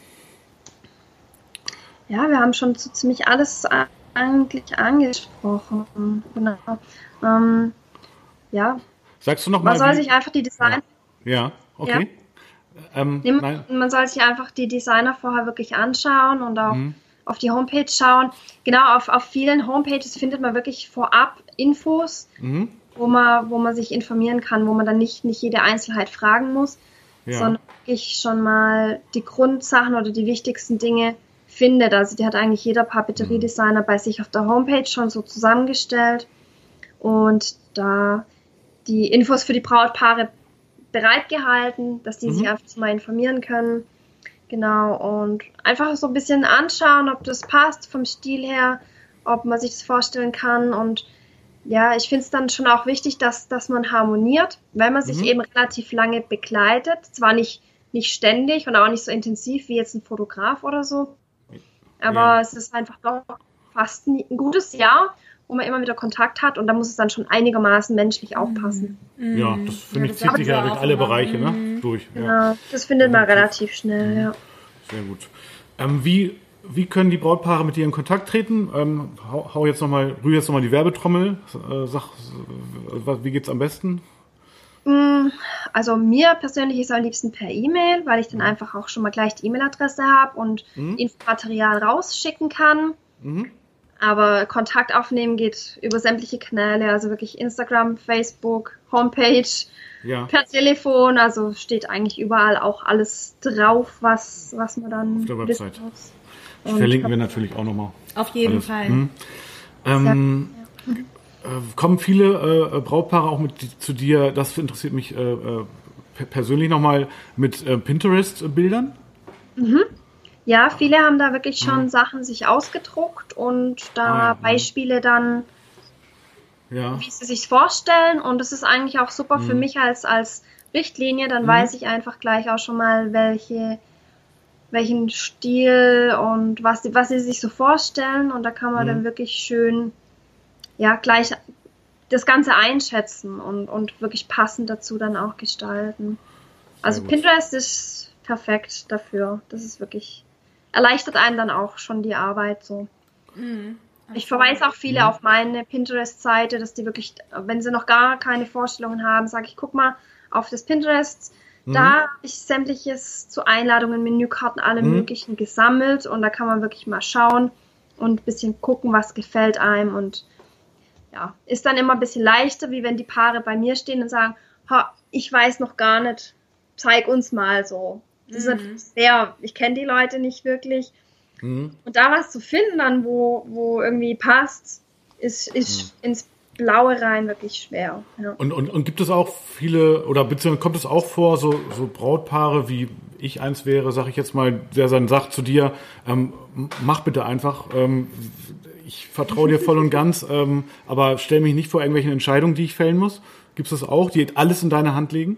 Ja, wir haben schon so ziemlich alles eigentlich angesprochen. Genau. Ähm, ja. Sagst du noch man mal? Man soll sich einfach die Design... Ja, okay. Ja. Ähm, nee, man, man soll sich einfach die Designer vorher wirklich anschauen und auch mhm. auf die Homepage schauen. Genau, auf, auf vielen Homepages findet man wirklich vorab Infos, mhm. wo man, wo man sich informieren kann, wo man dann nicht, nicht jede Einzelheit fragen muss, ja. sondern wirklich schon mal die Grundsachen oder die wichtigsten Dinge findet. Also die hat eigentlich jeder Papeteriedesigner bei sich auf der Homepage schon so zusammengestellt und da die Infos für die Brautpaare bereitgehalten, dass die mhm. sich einfach mal informieren können. Genau, und einfach so ein bisschen anschauen, ob das passt vom Stil her, ob man sich das vorstellen kann. Und ja, ich finde es dann schon auch wichtig, dass, dass man harmoniert, weil man sich mhm. eben relativ lange begleitet. Zwar nicht, nicht ständig und auch nicht so intensiv wie jetzt ein Fotograf oder so, aber ja. es ist einfach doch fast ein, ein gutes Jahr, wo man immer wieder Kontakt hat und da muss es dann schon einigermaßen menschlich aufpassen. Mhm. Ja, das finde ich, zieht sich ja durch alle Bereiche ne? durch. Ja. Ja, das findet man relativ schnell, ja. Sehr gut. Ähm, wie, wie können die Brautpaare mit dir in Kontakt treten? Ähm, hau, hau jetzt noch mal, rühr jetzt nochmal die Werbetrommel. Äh, sag, äh, wie geht's am besten? Also mir persönlich ist es am liebsten per E-Mail, weil ich dann einfach auch schon mal gleich die E-Mail-Adresse habe und mhm. Infomaterial rausschicken kann. Mhm. Aber Kontakt aufnehmen geht über sämtliche Kanäle, also wirklich Instagram, Facebook, Homepage, ja. per Telefon. Also steht eigentlich überall auch alles drauf, was, was man dann auf der Website muss. Das verlinken wir natürlich auch nochmal. Auf jeden alles. Fall. Mhm. Ähm, ja. äh, kommen viele äh, Brautpaare auch mit zu dir, das interessiert mich äh, äh, persönlich nochmal, mit äh, Pinterest-Bildern? Mhm. Ja, viele haben da wirklich schon mhm. Sachen sich ausgedruckt und da ah, ja. Beispiele dann, ja. wie sie sich vorstellen. Und das ist eigentlich auch super mhm. für mich als, als Richtlinie. Dann mhm. weiß ich einfach gleich auch schon mal, welche, welchen Stil und was, was sie sich so vorstellen. Und da kann man mhm. dann wirklich schön, ja, gleich das Ganze einschätzen und, und wirklich passend dazu dann auch gestalten. Also Pinterest ist perfekt dafür. Das ist wirklich... erleichtert einen dann auch schon die Arbeit so. Mhm. Ich verweise auch viele mhm. auf meine Pinterest-Seite, dass die wirklich, wenn sie noch gar keine Vorstellungen haben, sage ich, guck mal auf das Pinterest, mhm. da habe ich sämtliches zu Einladungen, Menükarten, alle mhm. möglichen gesammelt und da kann man wirklich mal schauen und ein bisschen gucken, was gefällt einem und ja, ist dann immer ein bisschen leichter, wie wenn die Paare bei mir stehen und sagen, ha, ich weiß noch gar nicht, zeig uns mal so. Das ist mhm. sehr, ich kenne die Leute nicht wirklich. Mhm. Und da was zu finden, dann, wo, wo irgendwie passt, ist, ist mhm. ins Blaue rein wirklich schwer. Ja. Und, und, und gibt es auch viele, oder beziehungsweise kommt es auch vor, so, so Brautpaare, wie ich eins wäre, sag ich jetzt mal, der dann sagt zu dir, ähm, mach bitte einfach, ähm, ich vertraue dir voll und ganz, ähm, aber stell mich nicht vor irgendwelchen Entscheidungen, die ich fällen muss. Gibt es das auch, die alles in deine Hand legen?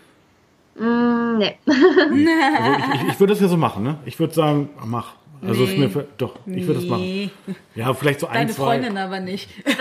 Mm, nee. Also ich, ich, ich würde das ja so machen, ne? Ich würde sagen, mach. Also nee. ist mir doch, ich nee. würde das machen. Ja, vielleicht so ein, Deine zwei. Deine Freundin aber nicht. Ja,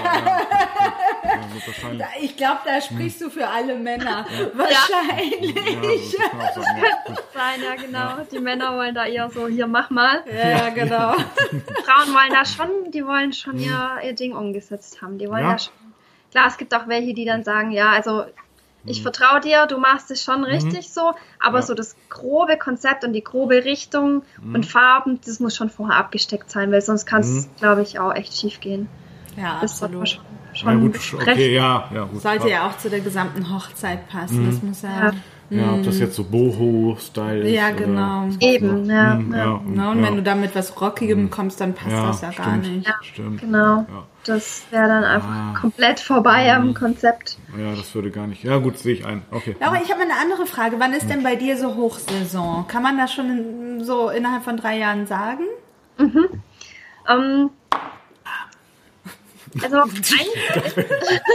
ja, ja, ich glaube, da sprichst hm. du für alle Männer. Ja. Wahrscheinlich. Ja, das kann sein, ja genau. Ja. Die Männer wollen da eher so, hier, mach mal. Ja, ja genau. Frauen wollen da schon, die wollen schon hm. ihr, ihr Ding umgesetzt haben. Die wollen ja. da schon. Klar, es gibt auch welche, die dann sagen, ja, also ich vertraue dir, du machst es schon richtig mhm. so, aber ja. so das grobe Konzept und die grobe Richtung mhm. und Farben, das muss schon vorher abgesteckt sein, weil sonst kann es, mhm. glaube ich, auch echt schief gehen. Ja, das absolut. Schon, schon ja, gut, okay, ja, ja, gut. Sollte ja auch zu der gesamten Hochzeit passen, mhm. das muss ja... Ja, ob das jetzt so Boho-Style ist. Ja, genau. Eben, ja. Mhm, ja. ja. Und ja. wenn du da mit was Rockigem kommst, dann passt ja, das ja stimmt, gar nicht. Ja, stimmt. Genau. Ja. Das wäre dann einfach ah. komplett vorbei mhm. am Konzept. Ja, das würde gar nicht. Ja, gut, sehe ich ein. Okay. Aber ich habe eine andere Frage. Wann ist denn bei dir so Hochsaison? Kann man das schon in, so innerhalb von drei Jahren sagen? Mhm. Um, also eigentlich...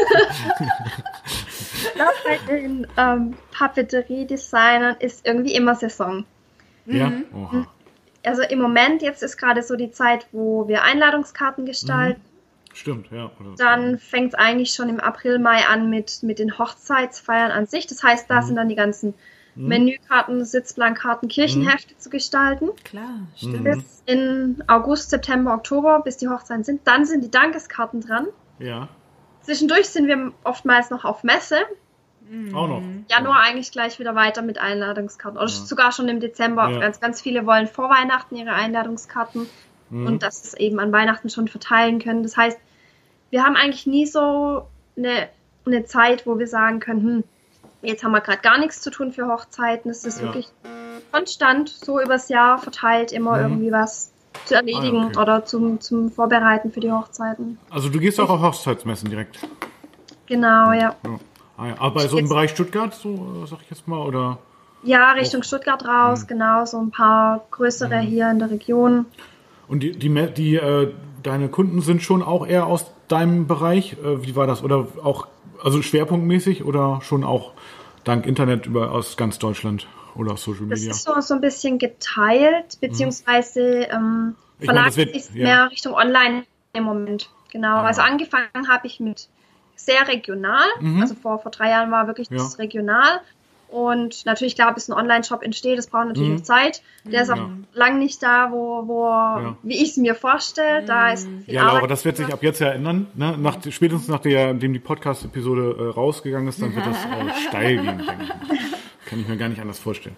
Ich glaube, bei den ähm, Papeterie-Designern ist irgendwie immer Saison. Ja. Mhm. Also im Moment, jetzt ist gerade so die Zeit, wo wir Einladungskarten gestalten. Mhm. Stimmt, ja. Dann fängt es eigentlich schon im April, Mai an mit, mit den Hochzeitsfeiern an sich. Das heißt, da mhm. sind dann die ganzen mhm. Menükarten, Sitzplankarten, Kirchenhefte mhm. zu gestalten. Klar, stimmt. Bis in August, September, Oktober, bis die Hochzeiten sind. Dann sind die Dankeskarten dran. Ja. Zwischendurch sind wir oftmals noch auf Messe. Mhm. Auch noch. Januar ja. eigentlich gleich wieder weiter mit Einladungskarten. Oder ja. sogar schon im Dezember. Ja. Ganz, ganz viele wollen vor Weihnachten ihre Einladungskarten mhm. und das ist eben an Weihnachten schon verteilen können. Das heißt, wir haben eigentlich nie so eine, eine Zeit, wo wir sagen können, hm, jetzt haben wir gerade gar nichts zu tun für Hochzeiten. Es ist ja. wirklich konstant, so übers Jahr verteilt immer mhm. irgendwie was zu erledigen ah, okay. oder zum, zum Vorbereiten für die Hochzeiten. Also du gehst auch auf Hochzeitsmessen direkt? Genau, ja. ja. Ah, ja. Aber so im Bereich Stuttgart, so sag ich jetzt mal, oder? Ja, Richtung auch Stuttgart raus, mhm. genau, so ein paar größere mhm. hier in der Region. Und die, die, die äh, deine Kunden sind schon auch eher aus deinem Bereich? Äh, wie war das? Oder auch, also schwerpunktmäßig oder schon auch dank Internet über aus ganz Deutschland oder aus Social Media? Das ist so, so ein bisschen geteilt, beziehungsweise ähm, verlagert sich ja. mehr Richtung Online im Moment. Genau, ah. also angefangen habe ich mit sehr regional, mhm. also vor, vor drei Jahren war wirklich ja. das regional. Und natürlich, klar, bis ein Online-Shop entsteht, das braucht natürlich mhm. auch Zeit. Der ist auch ja. lang nicht da, wo, wo ja. wie ich es mir vorstelle. Da ist viel Ja, Laura, das wird sich ab jetzt ja ändern. Ne? Nach, spätestens nachdem die Podcast-Episode äh, rausgegangen ist, dann wird das äh, steil gehen, denke ich. Kann ich mir gar nicht anders vorstellen.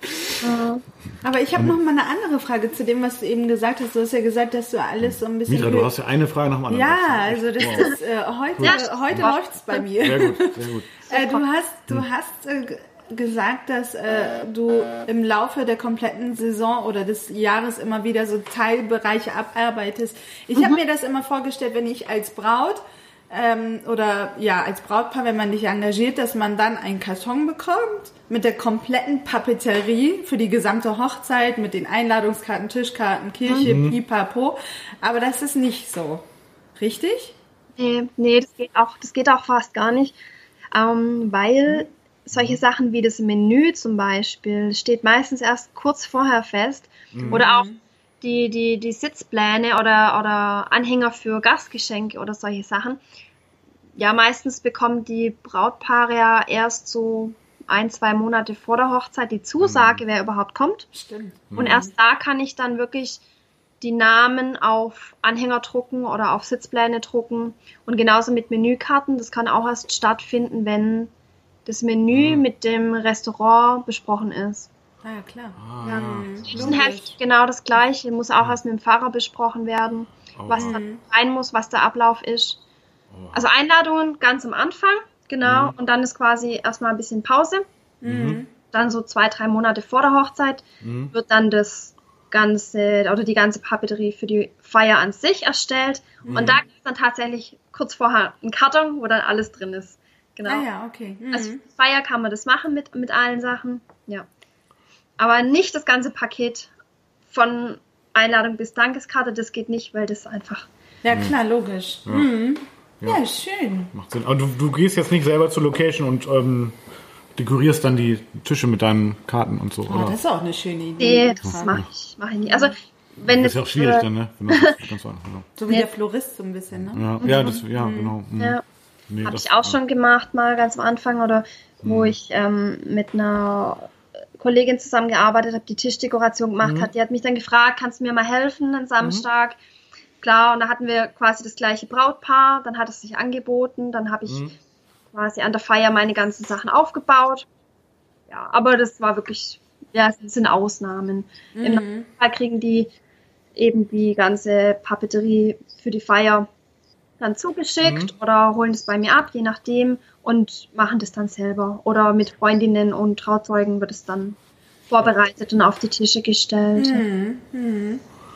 Aber ich habe noch mal eine andere Frage zu dem, was du eben gesagt hast. Du hast ja gesagt, dass du alles so ein bisschen... Mitra, du hast ja eine Frage nach dem anderen. Ja, also das wow. ist, äh, heute, ja, heute läuft es bei mir. Sehr gut, sehr gut. äh, du hast, du hm. hast äh, gesagt, dass äh, du im Laufe der kompletten Saison oder des Jahres immer wieder so Teilbereiche abarbeitest. Ich mhm. habe mir das immer vorgestellt, wenn ich als Braut ähm, oder ja als Brautpaar, wenn man dich engagiert, dass man dann einen Karton bekommt mit der kompletten Papeterie für die gesamte Hochzeit, mit den Einladungskarten, Tischkarten, Kirche, mhm. Pipapo. Aber das ist nicht so. Richtig? Nee, nee, das geht auch, das geht auch fast gar nicht, ähm, weil solche Sachen wie das Menü zum Beispiel steht meistens erst kurz vorher fest. Mhm. Oder auch die, die, die Sitzpläne oder, oder Anhänger für Gastgeschenke oder solche Sachen. Ja, meistens bekommen die Brautpaare ja erst so ein, zwei Monate vor der Hochzeit die Zusage, mhm. wer überhaupt kommt. Stimmt. Und mhm. erst da kann ich dann wirklich die Namen auf Anhänger drucken oder auf Sitzpläne drucken. Und genauso mit Menükarten. Das kann auch erst stattfinden, wenn das Menü mhm. mit dem Restaurant besprochen ist. Ah ja, klar. Ah. Ja, das ist ein Heft, genau das Gleiche. Muss auch erst mit dem Pfarrer besprochen werden, oh. was da rein muss, was der Ablauf ist. Oh. Also Einladungen ganz am Anfang, genau. Mhm. Und dann ist quasi erstmal ein bisschen Pause. Mhm. Dann so zwei, drei Monate vor der Hochzeit mhm. wird dann das ganze oder die ganze Papeterie für die Feier an sich erstellt. Mhm. Und da gibt es dann tatsächlich kurz vorher einen Karton, wo dann alles drin ist. Genau. Ah ja, okay. Mhm. Also für die Feier kann man das machen mit, mit allen Sachen. Ja. Aber nicht das ganze Paket von Einladung bis Dankeskarte, das geht nicht, weil das einfach... Ja, klar, logisch. Ja, mhm. ja. ja schön. Macht Sinn. Aber du, du gehst jetzt nicht selber zur Location und ähm, dekorierst dann die Tische mit deinen Karten und so, oh, oder? Das ist auch eine schöne Idee. Nee, das mache ich, mach ich nicht. Also, wenn das ist ja auch schwierig äh, dann, ne? Genau, das ganz einfach, genau. So wie ja. der Florist so ein bisschen, ne? Ja, ja, das, ja mhm. genau. Mhm. Ja. Nee, habe ich auch schon gemacht, mal ganz am Anfang, oder wo mhm. ich ähm, mit einer Kollegin zusammengearbeitet habe, die Tischdekoration gemacht mhm. hat. Die hat mich dann gefragt, kannst du mir mal helfen am Samstag? Mhm. Klar, und da hatten wir quasi das gleiche Brautpaar, dann hat es sich angeboten, dann habe ich mhm. quasi an der Feier meine ganzen Sachen aufgebaut. Ja, aber das war wirklich, ja, es sind Ausnahmen. Mhm. Im Normalfall kriegen die eben die ganze Papeterie für die Feier dann zugeschickt mhm. oder holen das bei mir ab, je nachdem, und machen das dann selber. Oder mit Freundinnen und Trauzeugen wird es dann vorbereitet und auf die Tische gestellt. Mhm. Mhm.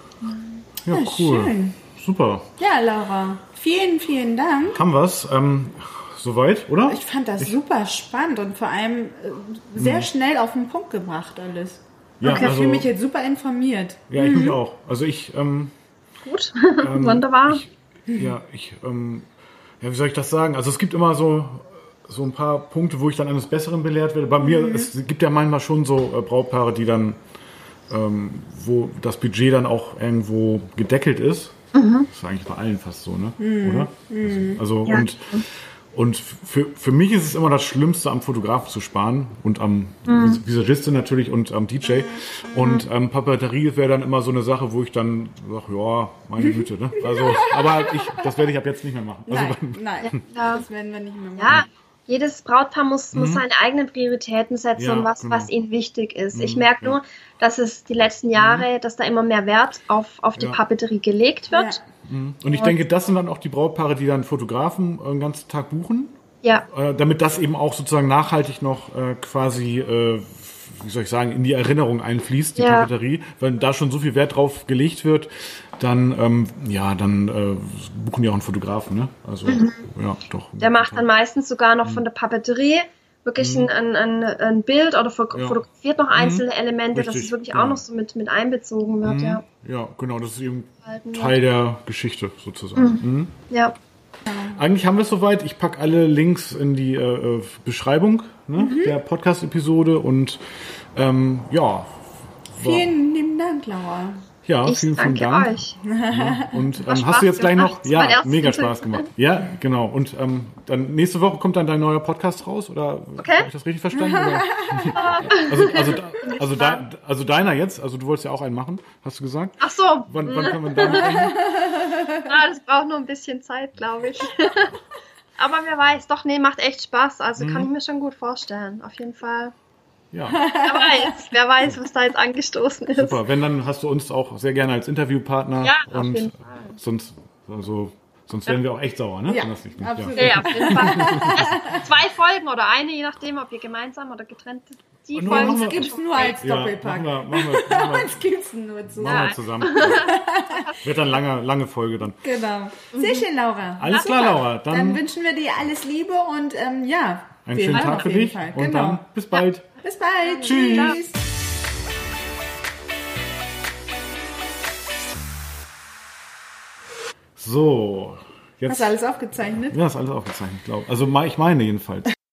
Ja, ja, cool. Schön. Super. Ja, Laura, vielen, vielen Dank. Haben wir's. Ähm, soweit, oder? Ich fand das ich, super spannend und vor allem äh, sehr mh. schnell auf den Punkt gebracht alles. Ja, okay, also, ich fühle mich jetzt super informiert. Ja, ich mhm. mich auch. Also ich... Ähm, Gut, ähm, wunderbar. Ich, Ja, ich, ähm, ja, wie soll ich das sagen? Also es gibt immer so, so ein paar Punkte, wo ich dann eines Besseren belehrt werde. Bei mir, mhm. es gibt ja manchmal schon so äh, Brautpaare, die dann, ähm, wo das Budget dann auch irgendwo gedeckelt ist. Mhm. Das ist eigentlich bei allen fast so, ne? Mhm. Oder? Mhm. Also, ja. und, und für, für mich ist es immer das Schlimmste, am Fotografen zu sparen und am mhm. Visagistin natürlich und am D J. Und ähm, Papeterie wäre dann immer so eine Sache, wo ich dann sage, ja, meine Güte, ne? Also, aber ich, das werde ich ab jetzt nicht mehr machen. Also, nein, nein, ja. das werden wir nicht mehr machen. Ja, jedes Brautpaar muss, mhm. muss seine eigenen Prioritäten setzen ja, und was, genau. was ihnen wichtig ist. Mhm, Ich merke ja. nur, dass es die letzten Jahre, mhm. dass da immer mehr Wert auf, auf die ja. Papeterie gelegt wird. Ja. Und ich denke, das sind dann auch die Brautpaare, die dann Fotografen den ganzen Tag buchen. Ja. Äh, damit das eben auch sozusagen nachhaltig noch äh, quasi, äh, wie soll ich sagen, in die Erinnerung einfließt, die ja. Papeterie. Wenn da schon so viel Wert drauf gelegt wird, dann, ähm, ja, dann äh, buchen die auch einen Fotografen, ne? Also, mhm. ja, doch. Der macht dann meistens sogar noch mhm. von der Papeterie wirklich mhm. ein, ein, ein Bild oder fotografiert ja. noch einzelne mhm. Elemente, Richtig, dass es wirklich genau. auch noch so mit, mit einbezogen wird, mhm. ja. Ja, genau, das ist eben Halten Teil wird. der Geschichte sozusagen. Mhm. Mhm. Ja. Eigentlich haben wir es soweit. Ich packe alle Links in die äh, Beschreibung ne, mhm. der Podcast-Episode und ähm, ja. Vielen lieben Dank, Laura. Ja, ich vielen, vielen danke Dank. euch. Ja, und ähm, Spaß hast du jetzt gleich gemacht. noch? Das war mein Ja, erstes mega Interview. Spaß gemacht. Ja, genau. Und ähm, dann nächste Woche kommt dann dein neuer Podcast raus, oder Okay. habe ich das richtig verstanden? Oder? also, also, also, de, also deiner jetzt, also du wolltest ja auch einen machen, hast du gesagt? Ach so, Wann, wann kann man damit rechnen? ah, das braucht nur ein bisschen Zeit, glaube ich. Aber wer weiß, doch, nee, macht echt Spaß. Also Mhm. kann ich mir schon gut vorstellen. Auf jeden Fall. Ja, Wer weiß, wer weiß, was da jetzt angestoßen ist. super. Wenn, dann hast du uns auch sehr gerne als Interviewpartner. Ja, auf und jeden Fall. Sonst, also, sonst werden wir auch echt sauer, ne? Ja, Wenn das nicht absolut. Ja. Ja, auf jeden Fall. Es, zwei Folgen oder eine, je nachdem, ob ihr gemeinsam oder getrennt die Und Folgen machen Uns wir- sind gibt's schon nur okay. als Ja, Doppelpack. machen wir, machen wir, machen wir, Uns gibt's nur zu. machen wir zusammen. Wird dann lange, lange Folge dann. Genau. Sehr schön, Laura. Alles Super. klar, Laura. Dann, Dann wünschen wir dir alles Liebe und ähm, ja. einen wir schönen hören Tag auf für jeden dich. Fall. Und Genau. dann bis bald. Bis bald. Tschüss. So, jetzt. Hast du alles aufgezeichnet? Ja, ist alles aufgezeichnet, glaube ich. Also ich meine jedenfalls.